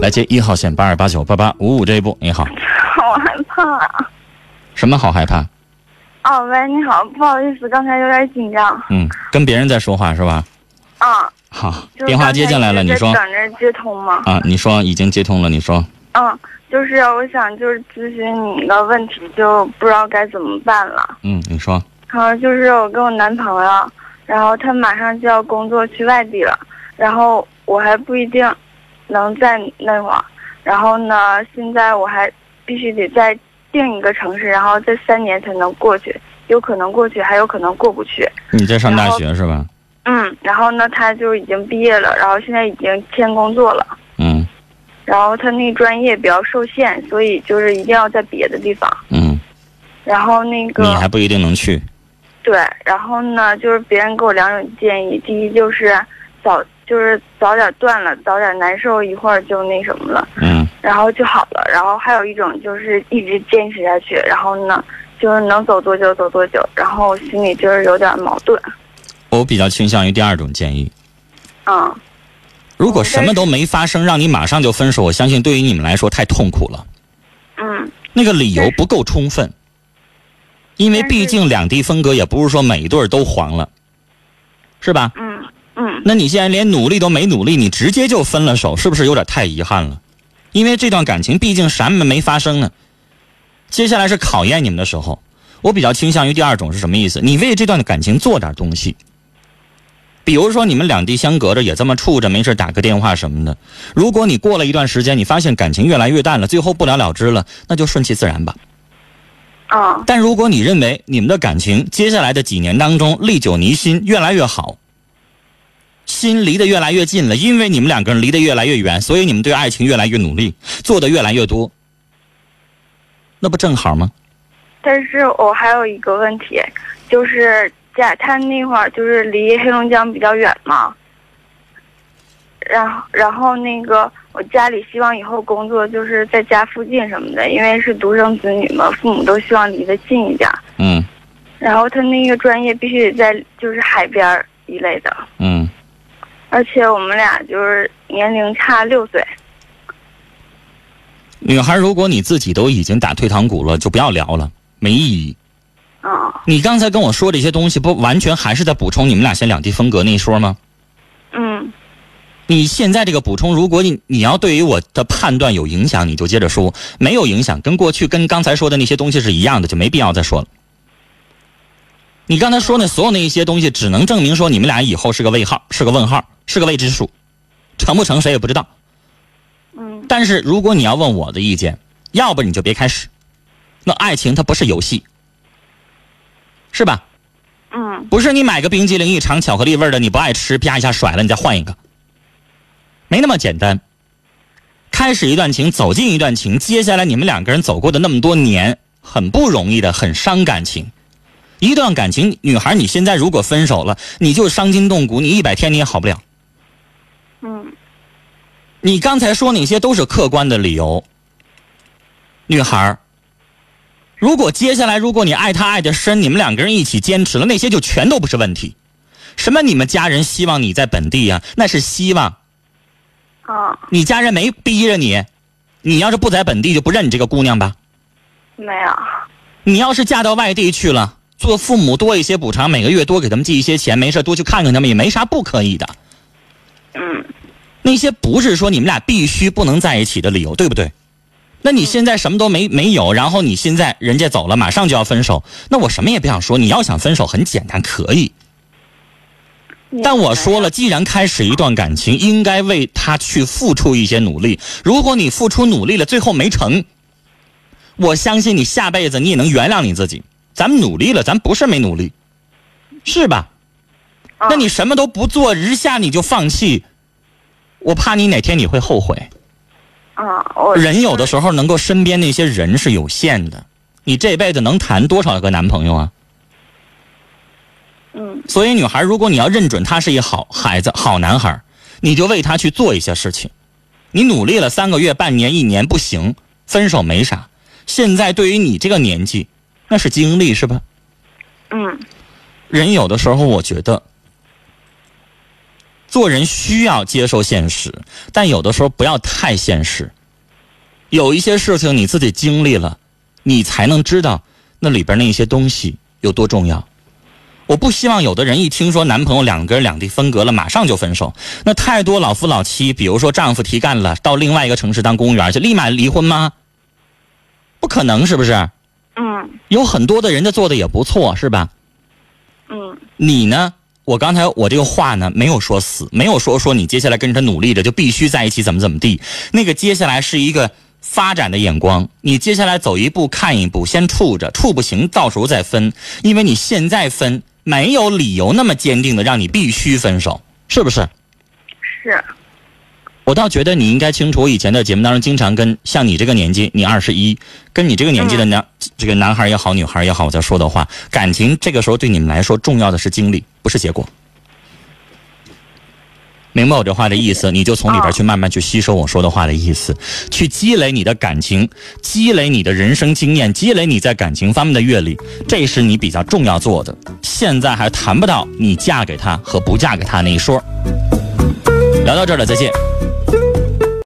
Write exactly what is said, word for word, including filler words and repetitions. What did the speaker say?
来接一号线八二八九八八五五这一步。你好。 好害怕啊！ 什么好害怕？ 哦，喂，你好，不好意思，刚才有点紧张。 嗯，跟别人在说话是吧？ 啊。 好，电话接进来了，你说。 等着接通吗？ 啊，你说已经接通了，你说。 嗯，就是我想就是咨询你一个问题，就不知道该怎么办了。 嗯，你说。 然后就是我跟我男朋友，然后他马上就要工作去外地了，然后我还不一定能在那会儿，然后呢，现在我还必须得再定一个城市，然后这三年才能过去，有可能过去，还有可能过不去。 你在上大学是吧？ 嗯，然后呢，他就已经毕业了，然后现在已经签工作了。 嗯。 然后他那专业比较受限，所以就是一定要在别的地方。 嗯。 然后那个你还不一定能去。 对，然后呢，就是别人给我两种建议，第一就是早就是早点断了，早点难受一会儿就那什么了， 嗯， 然后就好了。然后还有一种就是一直坚持下去，然后呢，就是能走多久走多久。然后心里就是有点矛盾。 我比较倾向于第二种建议。 嗯。 如果什么都没发生，让你马上就分手，我相信对于你们来说太痛苦了。 嗯。 那个理由不够充分。因为毕竟两地分隔，也不是说每一对都黄了，是吧？ 嗯嗯。 那你现在连努力都没努力，你直接就分了手，是不是有点太遗憾了？因为这段感情毕竟什么没发生呢。接下来是考验你们的时候，我比较倾向于第二种是什么意思？你为这段感情做点东西，比如说你们两地相隔着，也这么处着，没事打个电话什么的。如果你过了一段时间，你发现感情越来越淡了，最后不了了之了，那就顺其自然吧。 啊。 但如果你认为你们的感情接下来的几年当中历久弥新，越来越好，心离得越来越近了，因为你们两个人离得越来越远，所以你们对爱情越来越努力，做得越来越多，那不正好吗？ 但是我还有一个问题，就是家他那会儿就是离黑龙江比较远嘛，然后然后那个我家里希望以后工作就是在家附近什么的，因为是独生子女嘛，父母都希望离得近一点。 嗯。 然后他那个专业必须得在就是海边一类的。 嗯。 而且我们俩就是年龄差六岁。 女孩，如果你自己都已经打退堂鼓了，就不要聊了，没意义。 哦。 你刚才跟我说这些东西，不完全还是在补充你们俩先两地分隔那一说吗？ 嗯。 你现在这个补充，如果你你要对于我的判断有影响，你就接着说；没有影响，跟过去跟刚才说的那些东西是一样的，就没必要再说了。你刚才说的所有那一些东西，只能证明说你们俩以后是个问号，是个问号，是个未知数，成不成谁也不知道。 嗯。 但是如果你要问我的意见，要不你就别开始。那爱情它不是游戏，是吧？ 嗯。 不是你买个冰激凌一尝巧克力味的，你不爱吃，啪一下甩了，你再换一个。没那么简单。开始一段情，走进一段情，接下来你们两个人走过的那么多年，很不容易的，很伤感情。一段感情，女孩，你现在如果分手了，你就伤筋动骨，你一百天你也好不了。 嗯。 你刚才说那些都是客观的理由。女孩，如果接下来如果你爱他爱得深，你们两个人一起坚持了，那些就全都不是问题。什么你们家人希望你在本地啊，那是希望。 啊。 你家人没逼着你，你要是不在本地就不认你这个姑娘吧？ 没有。 你要是嫁到外地去了，做父母多一些补偿，每个月多给他们寄一些钱，没事多去看看他们，也没啥不可以的。 嗯。 那些不是说你们俩必须不能在一起的理由，对不对？那你现在什么都没没有，然后你现在人家走了，马上就要分手，那我什么也不想说。你要想分手很简单，可以。但我说了，既然开始一段感情，应该为他去付出一些努力。如果你付出努力了，最后没成，我相信你下辈子你也能原谅你自己。咱们努力了，咱不是没努力，是吧？ 啊。 那你什么都不做，一下你就放弃，我怕你哪天你会后悔。 啊，我人有的时候能够身边那些人是有限的，你这辈子能谈多少个男朋友啊？ 嗯。 所以女孩，如果你要认准他是一好孩子、好男孩，你就为他去做一些事情。你努力了三个月、半年、一年不行，分手没啥。现在对于你这个年纪，那是经历，是吧？ 嗯。 人有的时候，我觉得做人需要接受现实，但有的时候不要太现实。有一些事情你自己经历了，你才能知道那里边那些东西有多重要。我不希望有的人一听说男朋友两个人两地分隔了，马上就分手。那太多老夫老妻，比如说丈夫提干了，到另外一个城市当公务员去，立马离婚吗？不可能，是不是？ 嗯。 有很多的人家做的也不错，是吧？ 嗯。 你呢？我刚才我这个话呢，没有说死，没有说说你接下来跟着他努力着就必须在一起怎么怎么地。那个接下来是一个发展的眼光，你接下来走一步看一步，先处着，处不行到时候再分，因为你现在分没有理由那么坚定的让你必须分手，是不是？ 是。 我倒觉得你应该清楚，我以前的节目当中经常跟像你这个年纪，你二十一，跟你这个年纪的男、嗯、这个男孩也好，女孩也好，我在说的话，感情这个时候对你们来说重要的是经历，不是结果。明白我这话的意思，你就从里边去慢慢去吸收我说的话的意思，去积累你的感情，积累你的人生经验，积累你在感情方面的阅历，这是你比较重要做的。现在还谈不到你嫁给他和不嫁给他那一说。聊到这儿了，再见。